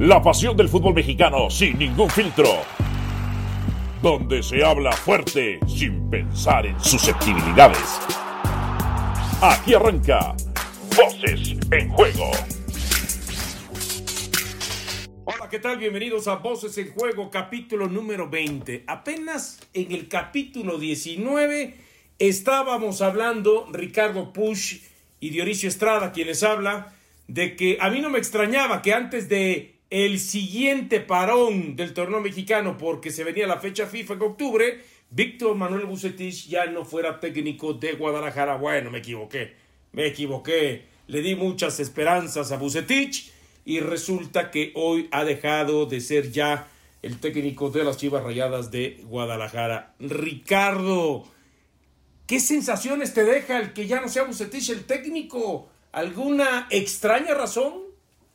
La pasión del fútbol mexicano sin ningún filtro. Donde se habla fuerte sin pensar en susceptibilidades. Aquí arranca Voces en Juego. Hola, ¿qué tal? Bienvenidos a Voces en Juego, capítulo número 20. Apenas en el capítulo 19 estábamos hablando, Ricardo Puch y Dionisio Estrada, quienes habla, de que a mí no me extrañaba que antes de el siguiente parón del torneo mexicano, porque se venía la fecha FIFA en octubre, Víctor Manuel Vucetich ya no fuera técnico de Guadalajara. Bueno, me equivoqué. Le di muchas esperanzas a Vucetich y resulta que hoy ha dejado de ser ya el técnico de las Chivas Rayadas de Guadalajara. Ricardo, ¿qué sensaciones te deja el que ya no sea Vucetich el técnico? ¿Alguna extraña razón?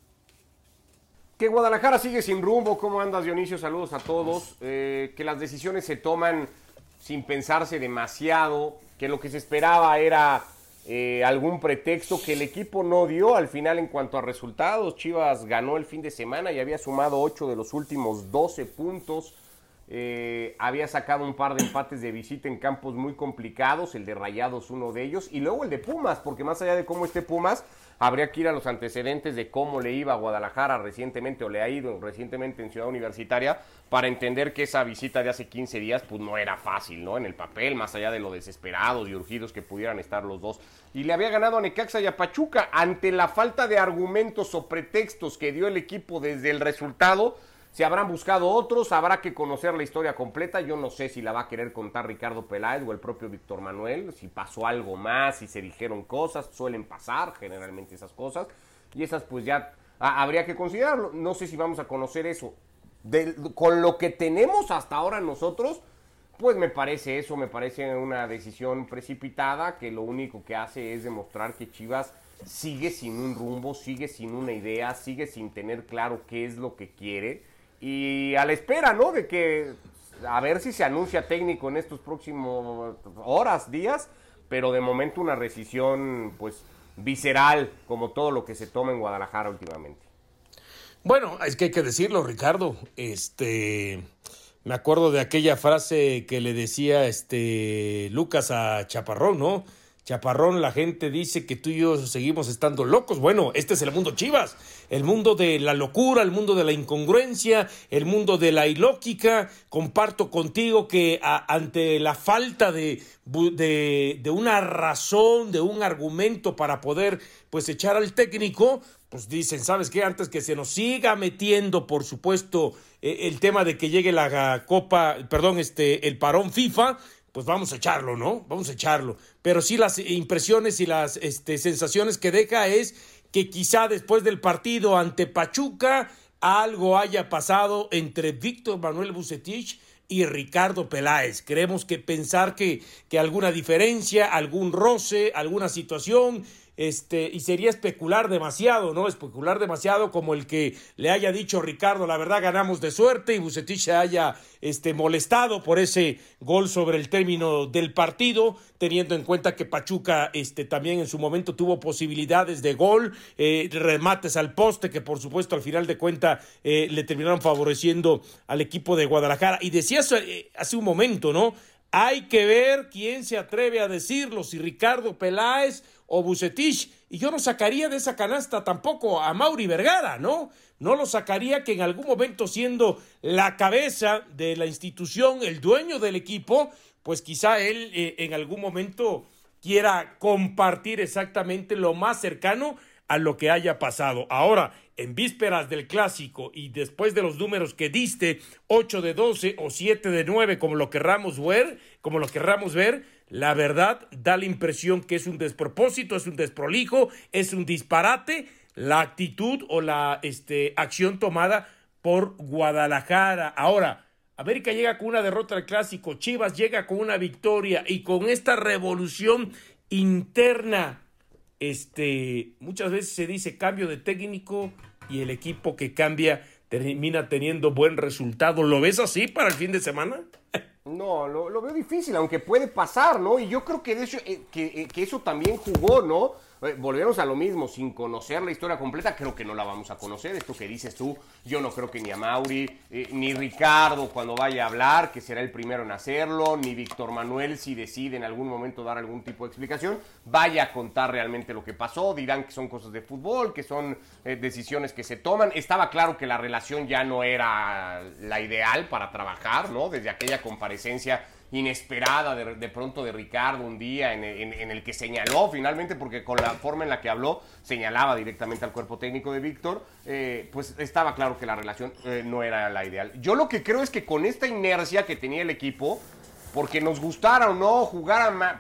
Que Guadalajara sigue sin rumbo. ¿Cómo andas, Dionisio? Saludos a todos. Que las decisiones se toman sin pensarse demasiado, que lo que se esperaba era algún pretexto que el equipo no dio al final en cuanto a resultados. Chivas ganó el fin de semana y había sumado 8 de los últimos 12 puntos. Había sacado un par de empates de visita en campos muy complicados, el de Rayados uno de ellos, y luego el de Pumas, porque más allá de cómo esté Pumas, habría que ir a los antecedentes de cómo le iba a Guadalajara recientemente, o le ha ido recientemente en Ciudad Universitaria, para entender que esa visita de hace 15 días pues no era fácil, ¿no? En el papel, más allá de lo desesperados y urgidos que pudieran estar los dos. Y le había ganado a Necaxa y a Pachuca. Ante la falta de argumentos o pretextos que dio el equipo desde el resultado, se habrán buscado otros, habrá que conocer la historia completa. Yo no sé si la va a querer contar Ricardo Peláez o el propio Víctor Manuel, si pasó algo más, si se dijeron cosas, suelen pasar generalmente esas cosas, y esas pues ya habría que considerarlo. No sé si vamos a conocer eso. Con lo que tenemos hasta ahora nosotros, pues me parece una decisión precipitada, que lo único que hace es demostrar que Chivas sigue sin un rumbo, sigue sin una idea, sigue sin tener claro qué es lo que quiere. Y a la espera, ¿no? De que a ver si se anuncia técnico en estos próximos horas, días, pero de momento una rescisión pues visceral, como todo lo que se toma en Guadalajara últimamente. Bueno, es que hay que decirlo, Ricardo. Me acuerdo de aquella frase que le decía Lucas a Chaparrón, ¿no? Chaparrón, la gente dice que tú y yo seguimos estando locos. Bueno, este es el mundo Chivas, el mundo de la locura, el mundo de la incongruencia, el mundo de la ilógica. Comparto contigo que ante la falta de una razón, de un argumento para poder pues echar al técnico, pues dicen, ¿sabes qué? Antes que se nos siga metiendo, por supuesto, el tema de que llegue el parón FIFA, pues vamos a echarlo, ¿no? Vamos a echarlo. Pero sí las impresiones y las sensaciones que deja es que quizá después del partido ante Pachuca algo haya pasado entre Víctor Manuel Vucetich y Ricardo Peláez. Creemos que pensar que alguna diferencia, algún roce, alguna situación, y sería especular demasiado, ¿no? Especular demasiado como el que le haya dicho Ricardo, la verdad ganamos de suerte, y Vucetich se haya molestado por ese gol sobre el término del partido, teniendo en cuenta que Pachuca también en su momento tuvo posibilidades de gol, remates al poste que por supuesto al final de cuentas le terminaron favoreciendo al equipo de Guadalajara. Y decías hace un momento, ¿no? Hay que ver quién se atreve a decirlo, si Ricardo Peláez o Vucetich, y yo no sacaría de esa canasta tampoco a Mauri Vergara, ¿no? No lo sacaría, que en algún momento, siendo la cabeza de la institución, el dueño del equipo, pues quizá él en algún momento quiera compartir exactamente lo más cercano a lo que haya pasado. Ahora, en vísperas del clásico y después de los números que diste, 8 de 12 o 7 de 9, como lo querramos ver, la verdad da la impresión que es un despropósito, es un desprolijo, es un disparate la actitud o la acción tomada por Guadalajara. Ahora, América llega con una derrota al clásico, Chivas llega con una victoria, y con esta revolución interna, muchas veces se dice cambio de técnico y el equipo que cambia termina teniendo buen resultado. ¿Lo ves así para el fin de semana? No, lo veo difícil, aunque puede pasar, ¿no? Y yo creo que eso también jugó, ¿no? Volvemos a lo mismo, sin conocer la historia completa, creo que no la vamos a conocer. Esto que dices tú, yo no creo que ni Amaury, ni Ricardo cuando vaya a hablar, que será el primero en hacerlo, ni Víctor Manuel, si decide en algún momento dar algún tipo de explicación, vaya a contar realmente lo que pasó. Dirán que son cosas de fútbol, que son decisiones que se toman. Estaba claro que la relación ya no era la ideal para trabajar, ¿no? Desde aquella comparecencia inesperada de pronto de Ricardo un día en el que señaló finalmente, porque con la forma en la que habló señalaba directamente al cuerpo técnico de Víctor, pues estaba claro que la relación no era la ideal. Yo lo que creo es que con esta inercia que tenía el equipo, porque nos gustara o no, jugara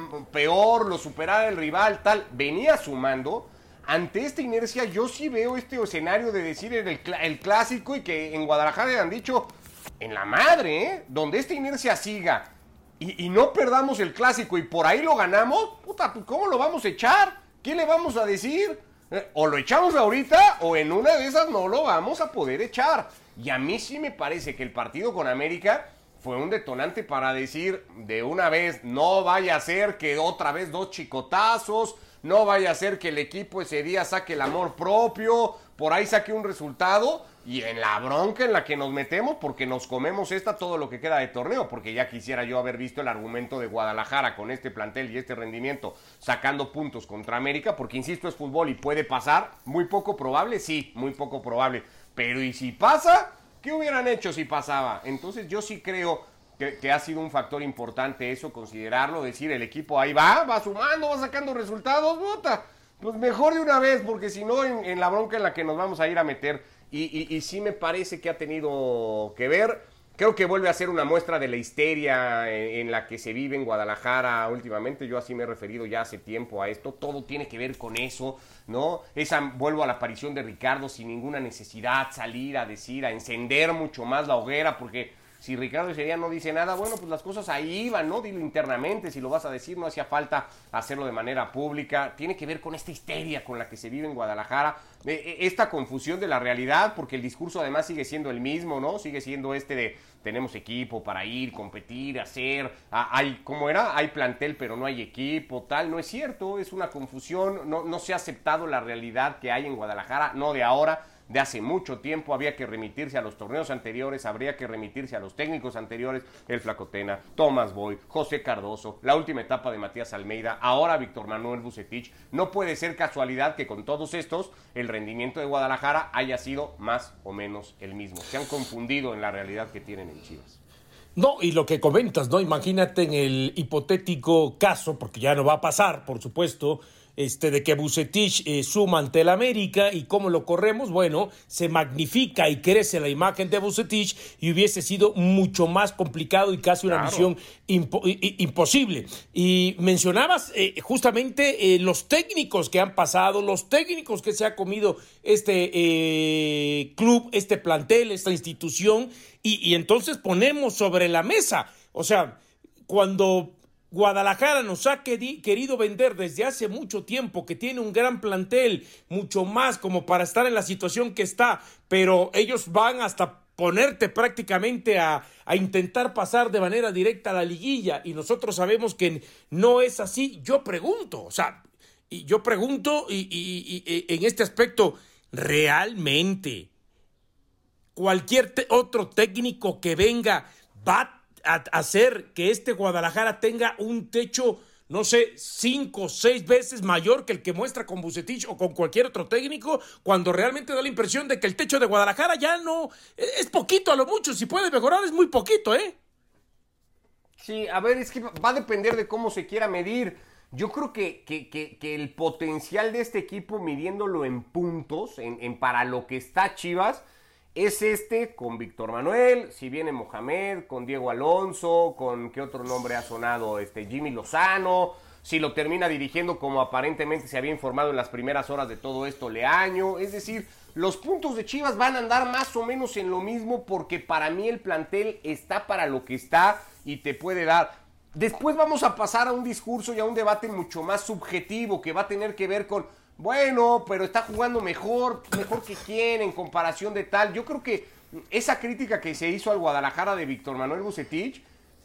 peor, lo superara el rival, tal, venía sumando. Ante esta inercia yo sí veo este escenario de decir el clásico, y que en Guadalajara le han dicho en la madre, donde esta inercia siga y no perdamos el clásico y por ahí lo ganamos, puta, pues ¿cómo lo vamos a echar? ¿Qué le vamos a decir? O lo echamos ahorita o en una de esas no lo vamos a poder echar. Y a mí sí me parece que el partido con América fue un detonante para decir de una vez, no vaya a ser que otra vez 2 chicotazos, no vaya a ser que el equipo ese día saque el amor propio, por ahí saque un resultado y en la bronca en la que nos metemos porque nos comemos todo lo que queda de torneo, porque ya quisiera yo haber visto el argumento de Guadalajara con este plantel y este rendimiento sacando puntos contra América, porque insisto, es fútbol y puede pasar, muy poco probable, sí, muy poco probable, pero ¿y si pasa? ¿Qué hubieran hecho si pasaba? Entonces yo sí creo que ha sido un factor importante eso, considerarlo, decir el equipo ahí va sumando, va sacando resultados, puta, pues mejor de una vez, porque si no en la bronca en la que nos vamos a ir a meter. Y sí me parece que ha tenido que ver. Creo que vuelve a ser una muestra de la histeria en la que se vive en Guadalajara últimamente. Yo así me he referido ya hace tiempo a esto. Todo tiene que ver con eso, ¿no? Vuelvo a la aparición de Ricardo sin ninguna necesidad, salir a decir, a encender mucho más la hoguera, porque si Ricardo ese día no dice nada, bueno, pues las cosas ahí iban, ¿no? Dilo internamente, si lo vas a decir, no hacía falta hacerlo de manera pública. Tiene que ver con esta histeria con la que se vive en Guadalajara, esta confusión de la realidad, porque el discurso además sigue siendo el mismo, ¿no? Sigue siendo de tenemos equipo para ir, competir, hacer, ¿cómo era? Hay plantel pero no hay equipo, tal. No es cierto, es una confusión, no se ha aceptado la realidad que hay en Guadalajara, no de ahora, de hace mucho tiempo. Había que remitirse a los torneos anteriores, habría que remitirse a los técnicos anteriores, el Flaco Tena, Tomás Boy, José Cardoso, la última etapa de Matías Almeida, ahora Víctor Manuel Vucetich. No puede ser casualidad que con todos estos el rendimiento de Guadalajara haya sido más o menos el mismo. Se han confundido en la realidad que tienen en Chivas. No, y lo que comentas, ¿no? Imagínate en el hipotético caso, porque ya no va a pasar, por supuesto, de que Vucetich suma ante el América y cómo lo corremos. Bueno, se magnifica y crece la imagen de Vucetich y hubiese sido mucho más complicado y casi una misión imposible. Y mencionabas justamente los técnicos que han pasado, los técnicos que se ha comido este club, este plantel, esta institución, y entonces ponemos sobre la mesa, o sea, cuando Guadalajara nos ha querido vender desde hace mucho tiempo que tiene un gran plantel, mucho más como para estar en la situación que está, pero ellos van hasta ponerte prácticamente a intentar pasar de manera directa a la liguilla y nosotros sabemos que no es así. Yo pregunto, y en este aspecto, realmente cualquier otro técnico que venga va a hacer que este Guadalajara tenga un techo, no sé, 5 o 6 veces mayor que el que muestra con Vucetich o con cualquier otro técnico, cuando realmente da la impresión de que el techo de Guadalajara ya no, es poquito a lo mucho, si puede mejorar es muy poquito, ¿eh? Sí, a ver, es que va a depender de cómo se quiera medir. Yo creo que el potencial de este equipo, midiéndolo en puntos, para lo que está Chivas, es con Víctor Manuel, si viene Mohamed, con Diego Alonso, con qué otro nombre ha sonado, Jimmy Lozano, si lo termina dirigiendo como aparentemente se había informado en las primeras horas de todo esto, Leaño. Es decir, los puntos de Chivas van a andar más o menos en lo mismo, porque para mí el plantel está para lo que está y te puede dar. Después vamos a pasar a un discurso y a un debate mucho más subjetivo que va a tener que ver con, bueno, pero está jugando mejor que quién en comparación de tal. Yo creo que esa crítica que se hizo al Guadalajara de Víctor Manuel Vucetich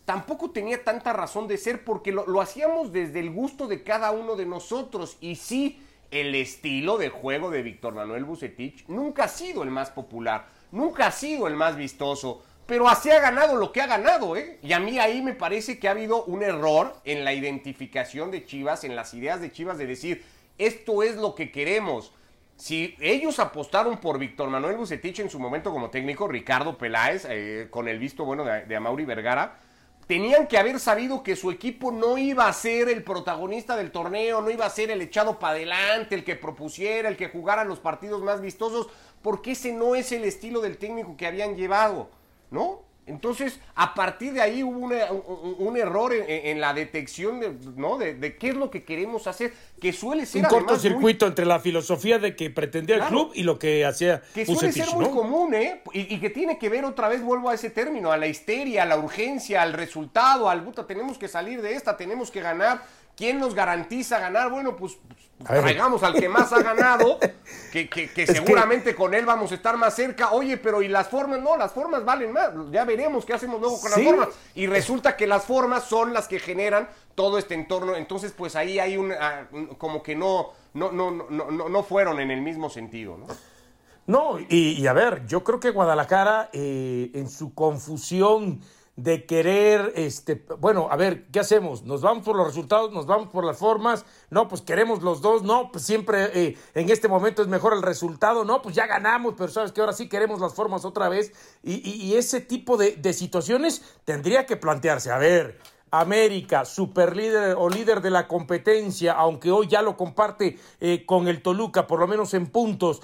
tampoco tenía tanta razón de ser porque lo hacíamos desde el gusto de cada uno de nosotros. Y sí, el estilo de juego de Víctor Manuel Vucetich nunca ha sido el más popular, nunca ha sido el más vistoso, pero así ha ganado lo que ha ganado, ¿eh? Y a mí ahí me parece que ha habido un error en la identificación de Chivas, en las ideas de Chivas de decir, esto es lo que queremos. Si ellos apostaron por Víctor Manuel Vucetich en su momento como técnico, Ricardo Peláez, con el visto bueno de Amaury Vergara, tenían que haber sabido que su equipo no iba a ser el protagonista del torneo, no iba a ser el echado para adelante, el que propusiera, el que jugara los partidos más vistosos, porque ese no es el estilo del técnico que habían llevado, ¿no? Entonces, a partir de ahí hubo un error en la detección de qué es lo que queremos hacer, que suele ser un cortocircuito entre la filosofía de que pretendía el club y lo que hacía que suele ser muy común, ¿eh? Y que tiene que ver otra vez, vuelvo a ese término, a la histeria, a la urgencia, al resultado, al puta, tenemos que salir de esta, tenemos que ganar. ¿Quién nos garantiza ganar? Bueno, pues traigamos al que más ha ganado, que seguramente con él vamos a estar más cerca. Oye, pero ¿y las formas? No, las formas valen más. Ya veremos qué hacemos luego con las formas. Y resulta que las formas son las que generan todo este entorno. Entonces, pues ahí hay como que no fueron en el mismo sentido, ¿no? No, y a ver, yo creo que Guadalajara, en su confusión de querer, bueno, a ver, ¿qué hacemos? ¿Nos vamos por los resultados? ¿Nos vamos por las formas? No, pues queremos los dos, no, pues siempre en este momento es mejor el resultado, no, pues ya ganamos, pero sabes que ahora sí queremos las formas otra vez, y ese tipo de situaciones tendría que plantearse. A ver, América, superlíder o líder de la competencia, aunque hoy ya lo comparte con el Toluca, por lo menos en puntos,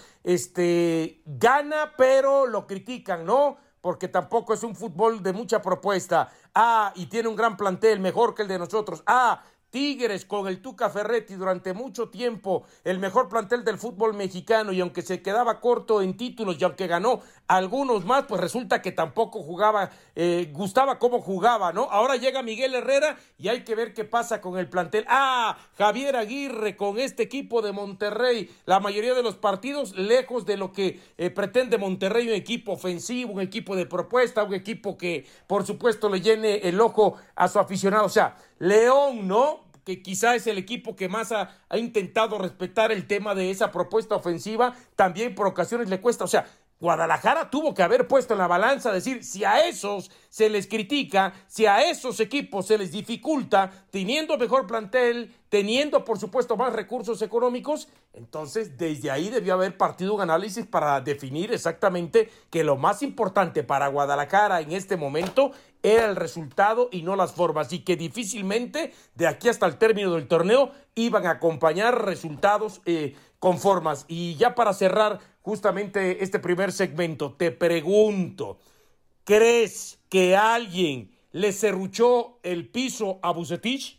gana, pero lo critican, ¿no? Porque tampoco es un fútbol de mucha propuesta. Y tiene un gran plantel, mejor que el de nosotros. Tigres con el Tuca Ferretti durante mucho tiempo, el mejor plantel del fútbol mexicano, y aunque se quedaba corto en títulos y aunque ganó algunos más, pues resulta que tampoco gustaba cómo jugaba, ¿no? Ahora llega Miguel Herrera y hay que ver qué pasa con el plantel. Javier Aguirre con este equipo de Monterrey, la mayoría de los partidos lejos de lo que pretende Monterrey, un equipo ofensivo, un equipo de propuesta, un equipo que por supuesto le llene el ojo a su aficionado. O sea, León, ¿no? Que quizá es el equipo que más ha intentado respetar el tema de esa propuesta ofensiva, también por ocasiones le cuesta. O sea, Guadalajara tuvo que haber puesto en la balanza, decir, si a esos se les critica, si a esos equipos se les dificulta, teniendo mejor plantel, teniendo por supuesto más recursos económicos, entonces desde ahí debió haber partido un análisis para definir exactamente que lo más importante para Guadalajara en este momento era el resultado y no las formas, y que difícilmente de aquí hasta el término del torneo iban a acompañar resultados con formas. Y ya para cerrar justamente este primer segmento, te pregunto, ¿crees que alguien le serruchó el piso a Vucetich?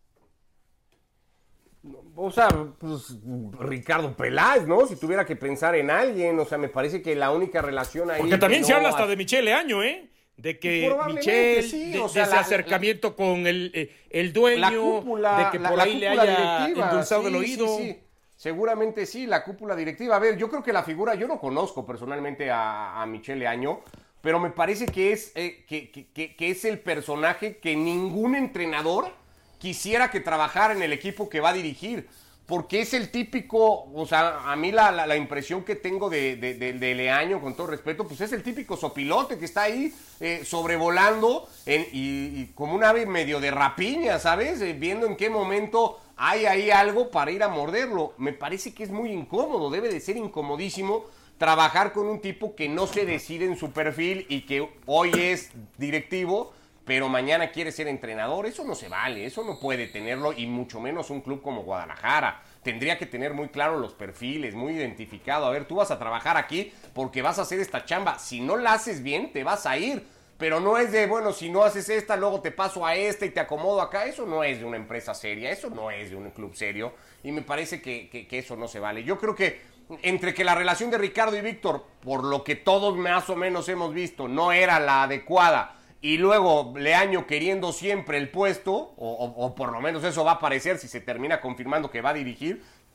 O sea, pues Ricardo Peláez, ¿no? Si tuviera que pensar en alguien, o sea, me parece que la única relación ahí... Porque también se habla hasta de Michele Año, ¿eh? De que Michel, sí, o sea, de ese acercamiento con el dueño, la cúpula, de que por ahí le haya endulzado sí, el oído. Sí. Seguramente sí, la cúpula directiva. A ver, yo creo que la figura, yo no conozco personalmente a Michele Año, pero me parece que es, que es el personaje que ningún entrenador quisiera que trabajara en el equipo que va a dirigir. Porque es el típico, o sea, a mí la impresión que tengo de Leaño, con todo respeto, pues es el típico sopilote que está ahí sobrevolando y como un ave medio de rapiña, ¿sabes? Viendo en qué momento hay ahí algo para ir a morderlo. Me parece que es muy incómodo, debe de ser incomodísimo trabajar con un tipo que no se decide en su perfil y que hoy es directivo, pero mañana quiere ser entrenador. Eso no se vale, eso no puede tenerlo, y mucho menos un club como Guadalajara. Tendría que tener muy claro los perfiles, muy identificado. A ver, tú vas a trabajar aquí porque vas a hacer esta chamba. Si no la haces bien, te vas a ir. Pero no es de, bueno, si no haces esta, luego te paso a esta y te acomodo acá. Eso no es de una empresa seria, eso no es de un club serio. Y me parece que eso no se vale. Yo creo que entre que la relación de Ricardo y Víctor, por lo que todos más o menos hemos visto, no era la adecuada, y luego Leaño queriendo siempre el puesto, o por lo menos eso va a parecer si se termina confirmando que va a dirigir,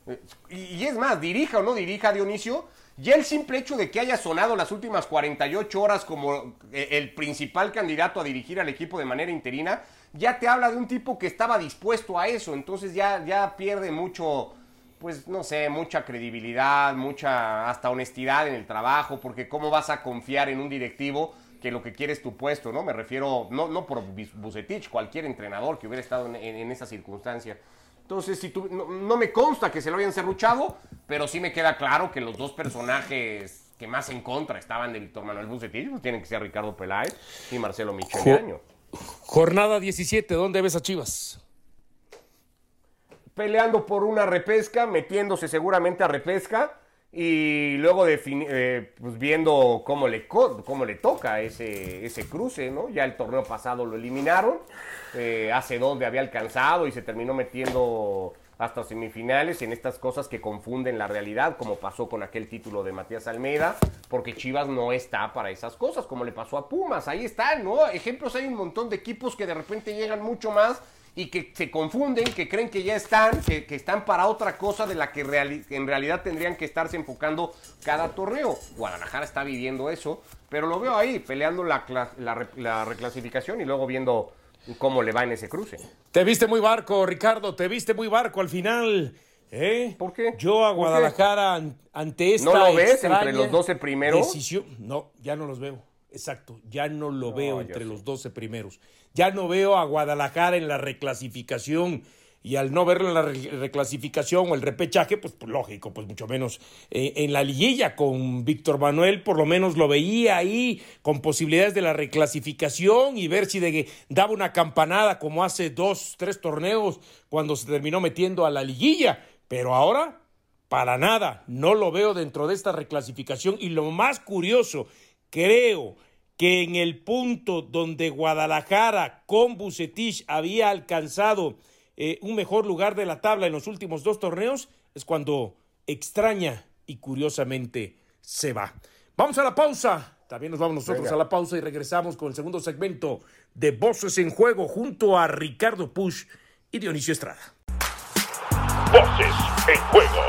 Y es más, dirija o no dirija, Dionisio, ya el simple hecho de que haya sonado las últimas 48 horas como el principal candidato a dirigir al equipo de manera interina, ya te habla de un tipo que estaba dispuesto a eso. Entonces ya pierde mucho, pues no sé, mucha credibilidad, mucha hasta honestidad en el trabajo, porque cómo vas a confiar en un directivo que lo que quiere es tu puesto, ¿no? Me refiero, no por Vucetich, cualquier entrenador que hubiera estado en esa circunstancia. Entonces, no me consta que se lo hayan serruchado, pero sí me queda claro que los dos personajes que más en contra estaban de Víctor Manuel Vucetich pues tienen que ser Ricardo Peláez y Marcelo Micheleaño. Jornada 17, ¿dónde ves a Chivas? Peleando por una repesca, metiéndose seguramente a repesca y luego pues viendo cómo le toca ese cruce, ¿no? Ya el torneo pasado lo eliminaron, hace 2 le había alcanzado y se terminó metiendo hasta semifinales en estas cosas que confunden la realidad, como pasó con aquel título de Matías Almeida, porque Chivas no está para esas cosas, como le pasó a Pumas. Ahí están, ¿no? Ejemplos, hay un montón de equipos que de repente llegan mucho más y que se confunden, que creen que ya están, que están para otra cosa de la que en realidad tendrían que estarse enfocando cada torneo. Guadalajara está viviendo eso, pero lo veo ahí, peleando la reclasificación y luego viendo cómo le va en ese cruce. Te viste muy barco, Ricardo, te viste muy barco al final. ¿Por qué? Yo a Guadalajara ante esta ¿No lo ves entre los 12 primeros? Decisión, no, ya no los veo. Exacto, ya no lo veo entre los 12 primeros. Ya no veo a Guadalajara en la reclasificación y al no verlo en la reclasificación o el repechaje, pues lógico, pues mucho menos en la liguilla con Víctor Manuel, por lo menos lo veía ahí con posibilidades de la reclasificación y ver si daba una campanada como hace 2, 3 torneos cuando se terminó metiendo a la liguilla, pero ahora para nada, no lo veo dentro de esta reclasificación y lo más curioso, creo que en el punto donde Guadalajara con Vucetich había alcanzado un mejor lugar de la tabla en los últimos 2 torneos, es cuando extraña y curiosamente se va. Vamos a la pausa, también nos vamos nosotros a la pausa y regresamos con el segundo segmento de Voces en Juego junto a Ricardo Puch y Dionisio Estrada. Voces en Juego.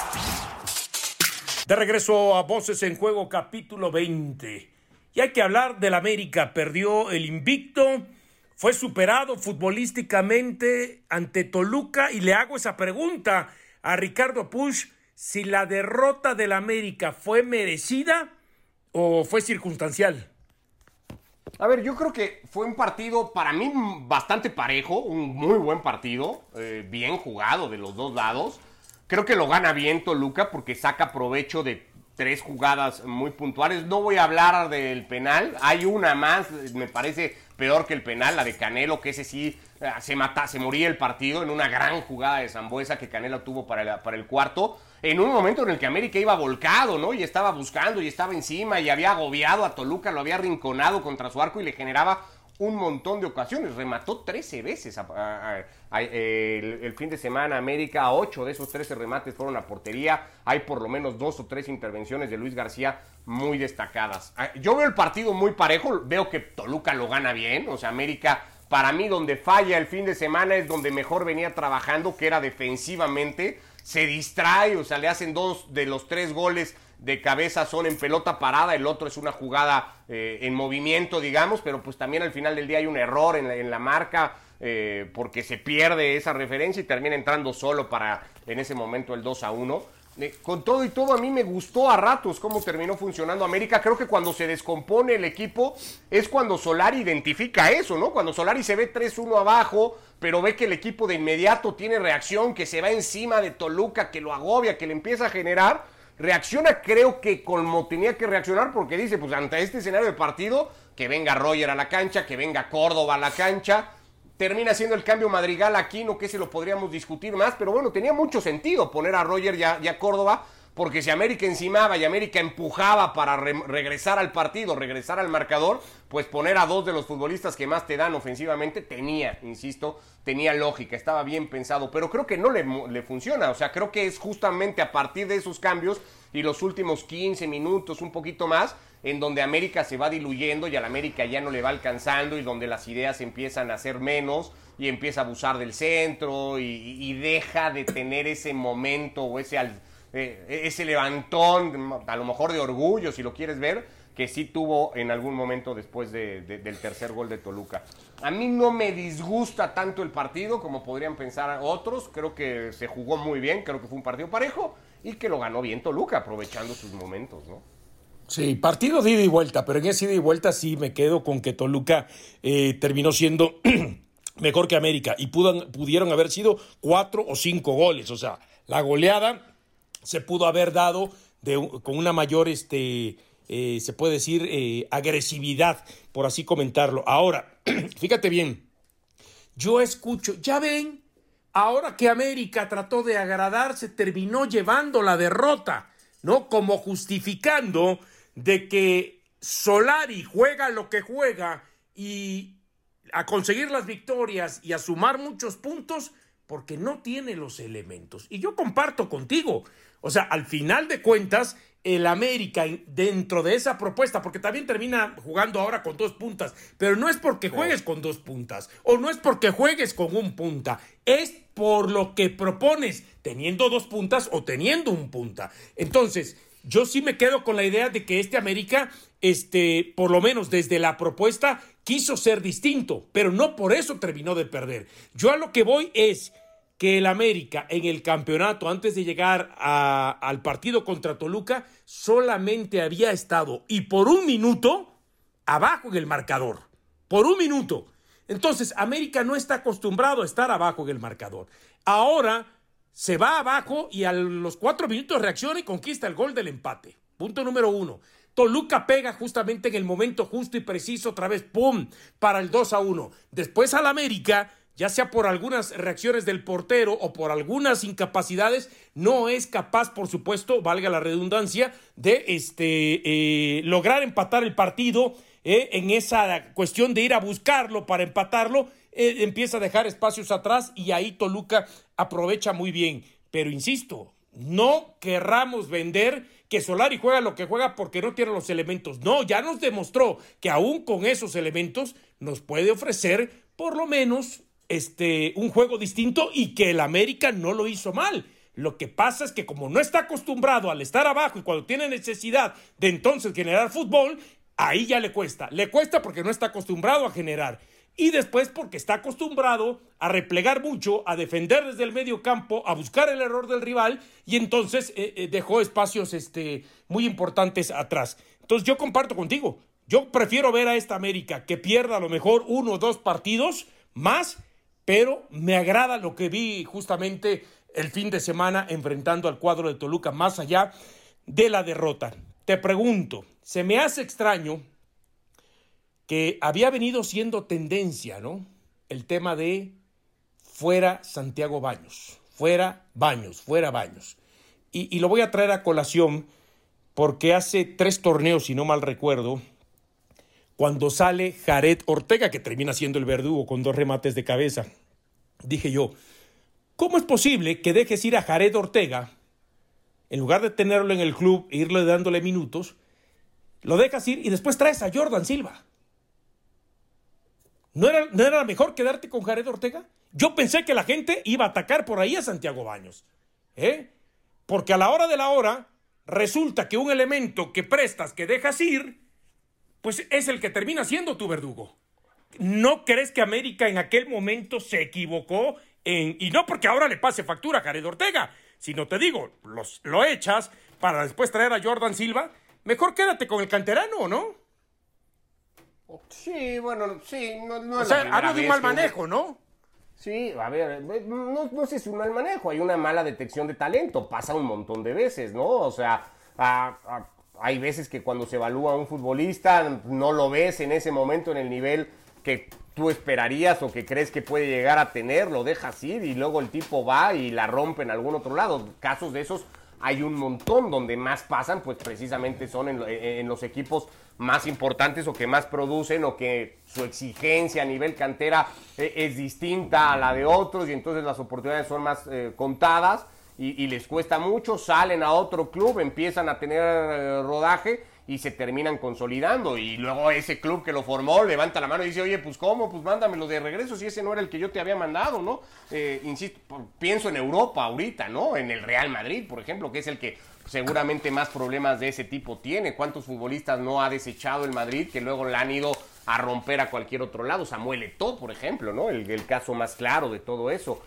De regreso a Voces en Juego, capítulo 20. Y hay que hablar del América. Perdió el invicto, fue superado futbolísticamente ante Toluca. Y le hago esa pregunta a Ricardo Puch, si la derrota del América fue merecida o fue circunstancial. A ver, yo creo que fue un partido para mí bastante parejo, un muy buen partido, bien jugado de los dos lados. Creo que lo gana bien Toluca porque saca provecho de 3 jugadas muy puntuales. No voy a hablar del penal, hay una más, me parece peor que el penal, la de Canelo, que ese sí se moría el partido en una gran jugada de Sambueza que Canelo tuvo para el cuarto, en un momento en el que América iba volcado, ¿no? Y estaba buscando y estaba encima y había agobiado a Toluca, lo había arrinconado contra su arco y le generaba un montón de ocasiones. Remató 13 veces el fin de semana América. A 8 de esos 13 remates fueron a portería. Hay por lo menos 2 o 3 intervenciones de Luis García muy destacadas. Yo veo el partido muy parejo. Veo que Toluca lo gana bien. O sea, América, para mí, donde falla el fin de semana es donde mejor venía trabajando, que era defensivamente. Se distrae, o sea, le hacen 2 de los 3 goles de cabeza son en pelota parada, el otro es una jugada en movimiento, digamos, pero pues también al final del día hay un error en la marca, porque se pierde esa referencia y termina entrando solo para en ese momento el 2-1. Con todo y todo, a mí me gustó a ratos cómo terminó funcionando América. Creo que cuando se descompone el equipo es cuando Solari identifica eso, ¿no? Cuando Solari se ve 3-1 abajo, pero ve que el equipo de inmediato tiene reacción, que se va encima de Toluca, que lo agobia, que le empieza a generar. Reacciona, creo que como tenía que reaccionar, porque dice, pues ante este escenario de partido, que venga Roger a la cancha, que venga Córdoba a la cancha. Termina siendo el cambio Madrigal Aquino, que se lo podríamos discutir más, pero bueno, tenía mucho sentido poner a Roger y a Córdoba, porque si América encimaba y América empujaba para regresar al partido, regresar al marcador, pues poner a 2 de los futbolistas que más te dan ofensivamente tenía lógica, estaba bien pensado, pero creo que no le funciona. O sea, creo que es justamente a partir de esos cambios y los últimos 15 minutos, un poquito más, en donde América se va diluyendo y al América ya no le va alcanzando y donde las ideas empiezan a ser menos y empieza a abusar del centro y deja de tener ese momento o ese levantón, a lo mejor de orgullo, si lo quieres ver, que sí tuvo en algún momento después del tercer gol de Toluca. A mí no me disgusta tanto el partido como podrían pensar otros. Creo que se jugó muy bien, creo que fue un partido parejo y que lo ganó bien Toluca, aprovechando sus momentos, ¿no? Sí, partido de ida y vuelta, pero en ese ida y vuelta sí me quedo con que Toluca terminó siendo mejor que América y pudieron haber sido 4 o 5 goles. O sea, la goleada se pudo haber dado con una mayor, se puede decir, agresividad, por así comentarlo. Ahora, fíjate bien, yo escucho, ya ven, ahora que América trató de agradarse, terminó llevando la derrota, ¿no? Como justificando de que Solari juega lo que juega y a conseguir las victorias y a sumar muchos puntos porque no tiene los elementos. Y yo comparto contigo, o sea, al final de cuentas, el América dentro de esa propuesta, porque también termina jugando ahora con 2 puntas, pero no es porque juegues con 2 puntas, o no es porque juegues con 1 punta, es por lo que propones, teniendo 2 puntas o teniendo 1 punta. Entonces, yo sí me quedo con la idea de que América, por lo menos desde la propuesta, quiso ser distinto, pero no por eso terminó de perder. Yo a lo que voy es que el América en el campeonato, antes de llegar al partido contra Toluca, solamente había estado, y por 1 minuto, abajo en el marcador. Por 1 minuto. Entonces, América no está acostumbrado a estar abajo en el marcador. Ahora se va abajo y a los 4 minutos reacciona y conquista el gol del empate. Punto número 1. Toluca pega justamente en el momento justo y preciso, otra vez, ¡pum!, para el 2-1. Después al América, ya sea por algunas reacciones del portero o por algunas incapacidades, no es capaz, por supuesto, valga la redundancia, de lograr empatar el partido. En esa cuestión de ir a buscarlo para empatarlo, empieza a dejar espacios atrás y ahí Toluca aprovecha muy bien. Pero insisto, no querramos vender que Solari juega lo que juega porque no tiene los elementos. No, ya nos demostró que aún con esos elementos nos puede ofrecer por lo menos un juego distinto y que el América no lo hizo mal. Lo que pasa es que como no está acostumbrado al estar abajo y cuando tiene necesidad de entonces generar fútbol, ahí ya le cuesta. Le cuesta porque no está acostumbrado a generar. Y después porque está acostumbrado a replegar mucho, a defender desde el medio campo, a buscar el error del rival y entonces dejó espacios muy importantes atrás. Entonces yo comparto contigo. Yo prefiero ver a esta América que pierda a lo mejor 1 o 2 partidos más, pero me agrada lo que vi justamente el fin de semana enfrentando al cuadro de Toluca, más allá de la derrota. Te pregunto, se me hace extraño que había venido siendo tendencia, ¿no? El tema de fuera Santiago Baños, fuera Baños. Y lo voy a traer a colación porque hace 3 torneos, si no mal recuerdo, cuando sale Jared Ortega, que termina siendo el verdugo con 2 remates de cabeza, dije yo, ¿cómo es posible que dejes ir a Jared Ortega, en lugar de tenerlo en el club e irle dándole minutos, lo dejas ir y después traes a Jordan Silva? ¿No era mejor quedarte con Jared Ortega? Yo pensé que la gente iba a atacar por ahí a Santiago Baños, porque a la hora de la hora resulta que un elemento que prestas, que dejas ir, pues es el que termina siendo tu verdugo. ¿No crees que América en aquel momento se equivocó? Y no porque ahora le pase factura a Jared Ortega, sino te digo, lo echas para después traer a Jordan Silva. Mejor quédate con el canterano, ¿no? Sí, bueno, sí. No o es sea, hablo de un mal manejo, ¿no? Sí, a ver, no sé si es un mal manejo, hay una mala detección de talento, pasa un montón de veces, ¿no? O sea, hay veces que cuando se evalúa a un futbolista no lo ves en ese momento en el nivel que tú esperarías o que crees que puede llegar a tener, lo dejas ir y luego el tipo va y la rompe en algún otro lado. Casos de esos hay un montón. Donde más pasan, pues precisamente son en los equipos más importantes o que más producen o que su exigencia a nivel cantera es distinta a la de otros y entonces las oportunidades son más contadas y les cuesta mucho, salen a otro club, empiezan a tener rodaje y se terminan consolidando. Y luego ese club que lo formó levanta la mano y dice, oye, pues ¿cómo? Pues mándamelo de regreso si ese no era el que yo te había mandado, ¿no? Insisto, pienso en Europa ahorita, ¿no? En el Real Madrid, por ejemplo, que es el que seguramente más problemas de ese tipo tiene. ¿Cuántos futbolistas no ha desechado el Madrid que luego le han ido a romper a cualquier otro lado? Samuel Eto'o, por ejemplo, ¿no? El caso más claro de todo eso.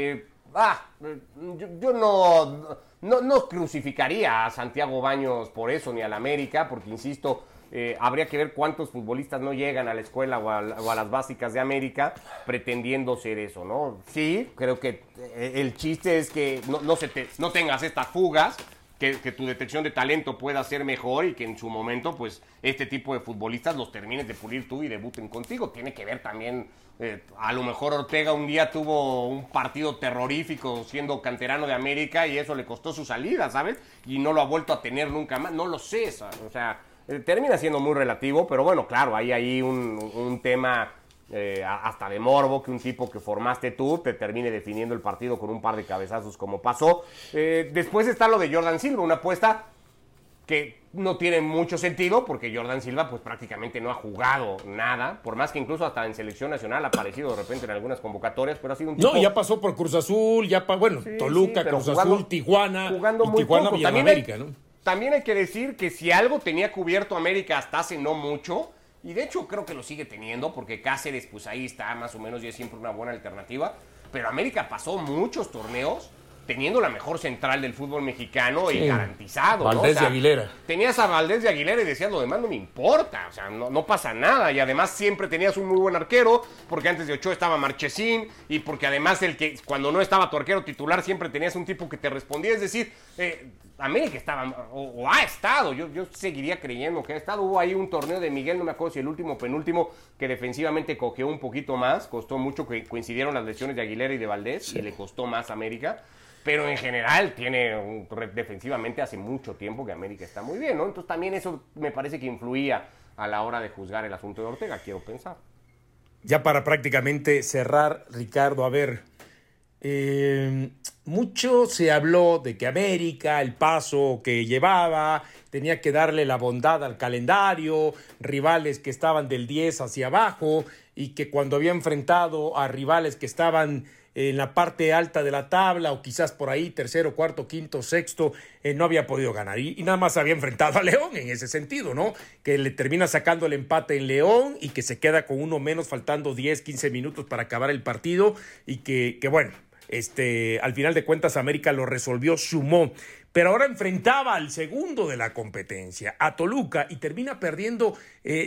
Yo no crucificaría a Santiago Baños por eso, ni al América, porque insisto, habría que ver cuántos futbolistas no llegan a la escuela o a las básicas de América pretendiendo ser eso, ¿no? Sí, creo que el chiste es que no tengas estas fugas, que tu detección de talento pueda ser mejor y que en su momento, pues, este tipo de futbolistas los termines de pulir tú y debuten contigo. Tiene que ver también, a lo mejor Ortega un día tuvo un partido terrorífico siendo canterano de América y eso le costó su salida, ¿sabes? Y no lo ha vuelto a tener nunca más. No lo sé, ¿sabes? O sea, termina siendo muy relativo, pero bueno, claro, hay ahí un tema hasta de morbo, que un tipo que formaste tú te termine definiendo el partido con un par de cabezazos como pasó. Después está lo de Jordan Silva, una apuesta que no tiene mucho sentido porque Jordan Silva pues prácticamente no ha jugado nada, por más que incluso hasta en selección nacional ha aparecido de repente en algunas convocatorias, pero ha sido un tipo... No, ya pasó por Cruz Azul, sí, Toluca, sí, Cruz Azul, Tijuana, jugando muy Tijuana poco. Y América, ¿no? También hay que decir que si algo tenía cubierto América hasta hace no mucho, y de hecho creo que lo sigue teniendo, porque Cáceres pues ahí está más o menos y es siempre una buena alternativa, pero América pasó muchos torneos teniendo la mejor central del fútbol mexicano y garantizado, ¿no? Valdés de Aguilera. Tenías a Valdés de Aguilera y decías, lo demás no me importa, o sea, no pasa nada. Y además siempre tenías un muy buen arquero, porque antes de Ochoa estaba Marchesín, y porque además cuando no estaba tu arquero titular siempre tenías un tipo que te respondía. Es decir, América estaba, o ha estado, yo seguiría creyendo que ha estado. Hubo ahí un torneo de Miguel, no me acuerdo si el último o penúltimo, que defensivamente cojeó un poquito más, costó mucho, que coincidieron las lesiones de Aguilera y de Valdés, y le costó más a América. Pero en general defensivamente hace mucho tiempo que América está muy bien, ¿no? Entonces también eso me parece que influía a la hora de juzgar el asunto de Ortega, quiero pensar. Ya para prácticamente cerrar, Ricardo, a ver, mucho se habló de que América, el paso que llevaba, tenía que darle la bondad al calendario, rivales que estaban del 10 hacia abajo, y que cuando había enfrentado a rivales que estaban en la parte alta de la tabla, o quizás por ahí, tercero, cuarto, quinto, sexto, no había podido ganar. Y nada más había enfrentado a León en ese sentido, ¿no? Que le termina sacando el empate en León y que se queda con uno menos, faltando 10, 15 minutos para acabar el partido. Y que bueno, al final de cuentas América lo resolvió, sumó. Pero ahora enfrentaba al segundo de la competencia, a Toluca, y termina perdiendo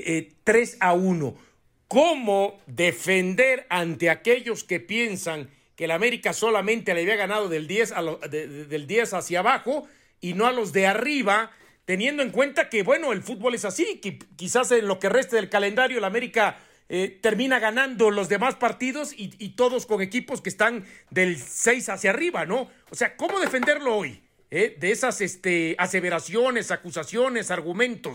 3-1. ¿Cómo defender ante aquellos que piensan que el América solamente le había ganado del 10 hacia abajo y no a los de arriba, teniendo en cuenta que, bueno, el fútbol es así, que quizás en lo que reste del calendario el América termina ganando los demás partidos y todos con equipos que están del 6 hacia arriba, ¿no? O sea, ¿cómo defenderlo hoy? De esas aseveraciones, acusaciones, argumentos.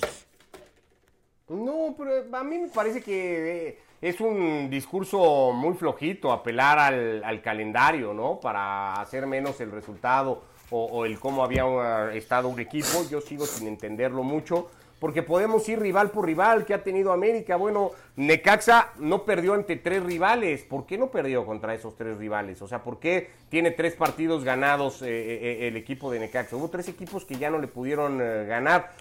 No, pero a mí me parece que es un discurso muy flojito apelar al calendario, ¿no? Para hacer menos el resultado o el cómo había estado un equipo. Yo sigo sin entenderlo mucho, porque podemos ir rival por rival que ha tenido América. Bueno, Necaxa no perdió ante 3 rivales. ¿Por qué no perdió contra esos 3 rivales? O sea, ¿por qué tiene 3 partidos ganados el equipo de Necaxa? Hubo 3 equipos que ya no le pudieron ganar.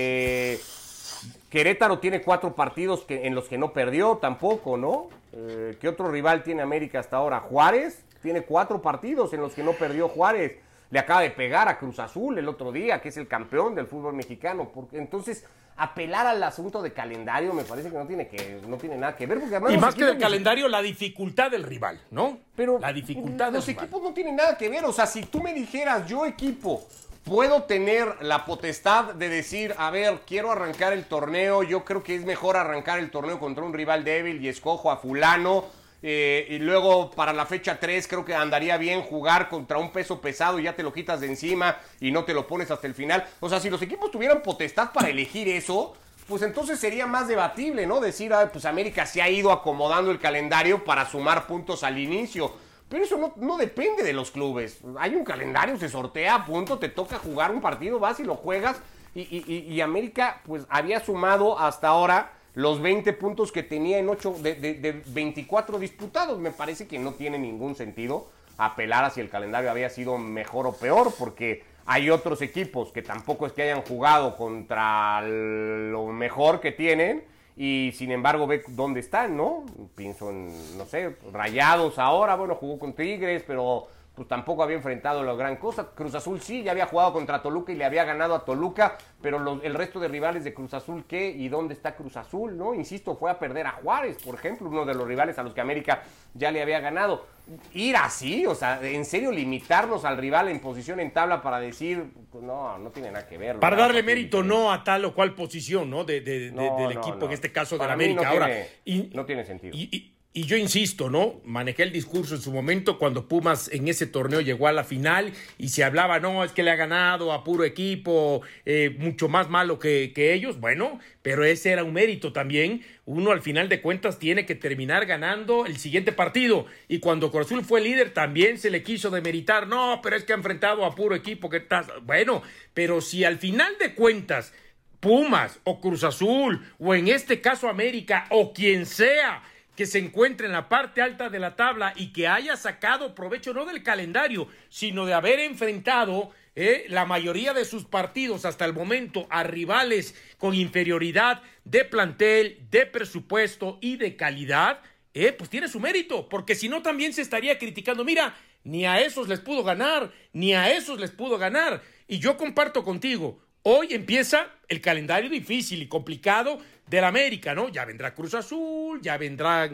Querétaro tiene 4 partidos en los que no perdió tampoco, ¿no? ¿Qué otro rival tiene América hasta ahora? Juárez tiene 4 partidos en los que no perdió Juárez. Le acaba de pegar a Cruz Azul el otro día, que es el campeón del fútbol mexicano. Entonces, apelar al asunto de calendario me parece que no tiene nada que ver. Porque además y más que del calendario, la dificultad del rival, ¿no? Pero la dificultad los equipos no tienen nada que ver. O sea, si tú me dijeras, yo equipo, puedo tener la potestad de decir, a ver, quiero arrancar el torneo, yo creo que es mejor arrancar el torneo contra un rival débil y escojo a fulano, y luego para la fecha 3 creo que andaría bien jugar contra un peso pesado y ya te lo quitas de encima y no te lo pones hasta el final. O sea, si los equipos tuvieran potestad para elegir eso, pues entonces sería más debatible, ¿no? Decir, pues América se ha ido acomodando el calendario para sumar puntos al inicio. Pero eso no depende de los clubes. Hay un calendario, se sortea, punto, te toca jugar un partido, vas y lo juegas Y América pues había sumado hasta ahora los 20 puntos que tenía en 8 de 24 disputados. Me parece que no tiene ningún sentido apelar a si el calendario había sido mejor o peor, porque hay otros equipos que tampoco es que hayan jugado contra lo mejor que tienen y sin embargo ve dónde están, ¿no? Pienso en, no sé, Rayados ahora, bueno, jugó con Tigres, pero pues tampoco había enfrentado la gran cosa. Cruz Azul sí, ya había jugado contra Toluca y le había ganado a Toluca, pero el resto de rivales de Cruz Azul, ¿qué? ¿Y dónde está Cruz Azul, no? Insisto, fue a perder a Juárez, por ejemplo, uno de los rivales a los que América ya le había ganado. Ir así, o sea, en serio, limitarnos al rival en posición en tabla para decir, pues no tiene nada que ver. Para darle mérito no a tal o cual posición, ¿no? Del equipo, en este caso del América. No tiene sentido. Y yo insisto, ¿no? Manejé el discurso en su momento cuando Pumas en ese torneo llegó a la final y se hablaba, no, es que le ha ganado a puro equipo, mucho más malo que ellos. Bueno, pero ese era un mérito también. Uno al final de cuentas tiene que terminar ganando el siguiente partido. Y cuando Cruz Azul fue líder también se le quiso demeritar. No, pero es que ha enfrentado a puro equipo. Bueno, pero si al final de cuentas Pumas o Cruz Azul o en este caso América o quien sea que se encuentre en la parte alta de la tabla y que haya sacado provecho no del calendario, sino de haber enfrentado la mayoría de sus partidos hasta el momento a rivales con inferioridad de plantel, de presupuesto y de calidad, pues tiene su mérito, porque si no también se estaría criticando, mira, ni a esos les pudo ganar, ni a esos les pudo ganar. Y yo comparto contigo, hoy empieza el calendario difícil y complicado del América, ¿no? Ya vendrá Cruz Azul, ya vendrán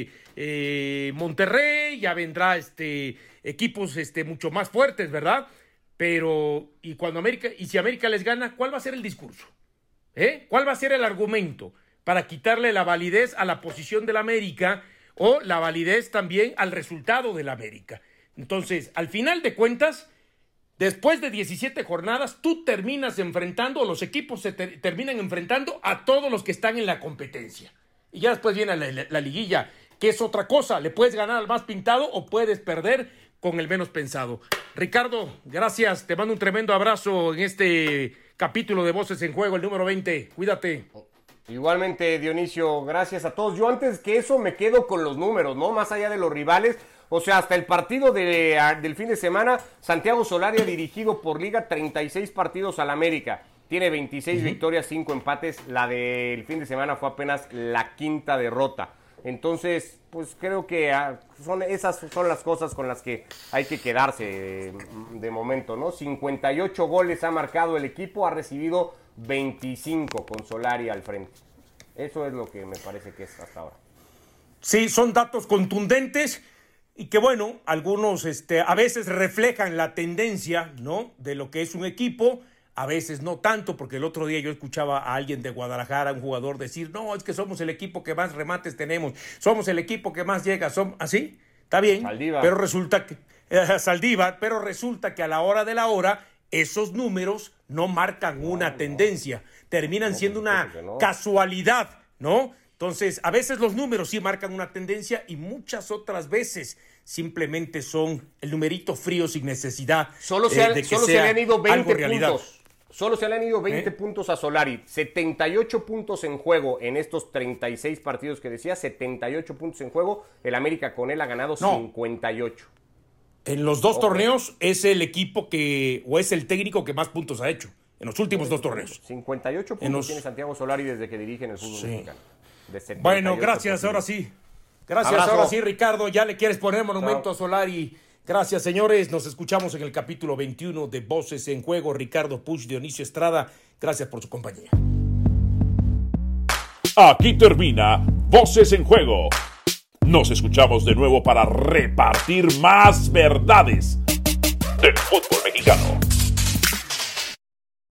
Monterrey, ya vendrá equipos mucho más fuertes, ¿verdad? Pero, y si América les gana, ¿cuál va a ser el discurso? ¿Cuál va a ser el argumento para quitarle la validez a la posición del América o la validez también al resultado del América? Entonces, al final de cuentas, después de 17 jornadas, tú terminas enfrentando, los equipos se terminan enfrentando a todos los que están en la competencia. Y ya después viene la liguilla, que es otra cosa. Le puedes ganar al más pintado o puedes perder con el menos pensado. Ricardo, gracias. Te mando un tremendo abrazo en este capítulo de Voces en Juego, el número 20. Cuídate. Igualmente, Dionisio, gracias a todos. Yo antes que eso me quedo con los números, ¿no? Más allá de los rivales. O sea, hasta el partido del fin de semana, Santiago Solari ha dirigido por liga 36 partidos al América. Tiene 26 victorias, 5 empates. La del fin de semana fue apenas la quinta derrota. Entonces, pues creo que esas son las cosas con las que hay que quedarse de momento, ¿no? 58 goles ha marcado el equipo, ha recibido 25 con Solari al frente. Eso es lo que me parece que es hasta ahora. Sí, son datos contundentes. Y que bueno, algunos a veces reflejan la tendencia, ¿no?, de lo que es un equipo, a veces no tanto, porque el otro día yo escuchaba a alguien de Guadalajara, un jugador, decir, no, es que somos el equipo que más remates tenemos, somos el equipo que más llega, ¿así? Está bien, Saldívar. Pero resulta que Saldívar, pero resulta que a la hora de la hora, esos números no marcan una tendencia, terminan siendo una casualidad, ¿no? Entonces, a veces los números sí marcan una tendencia y muchas otras veces simplemente son el numerito frío sin necesidad solo se le han ido 20 puntos. Solo se le han ido 20 puntos a Solari. 78 puntos en juego en estos 36 partidos que decía. 78 puntos en juego. El América con él ha ganado 58. En los dos torneos es el equipo o es el técnico que más puntos ha hecho. En los últimos dos torneos. 58 puntos tiene Santiago Solari desde que dirige en el fútbol mexicano. Bueno, gracias, ahora sí. Gracias, abrazo. Ahora sí, Ricardo, ya le quieres poner monumento a Solari. Gracias, señores. Nos escuchamos en el capítulo 21 de Voces en Juego. Ricardo Puch, Dionisio Estrada, gracias por su compañía. Aquí termina Voces en Juego. Nos escuchamos de nuevo para repartir más verdades del fútbol mexicano.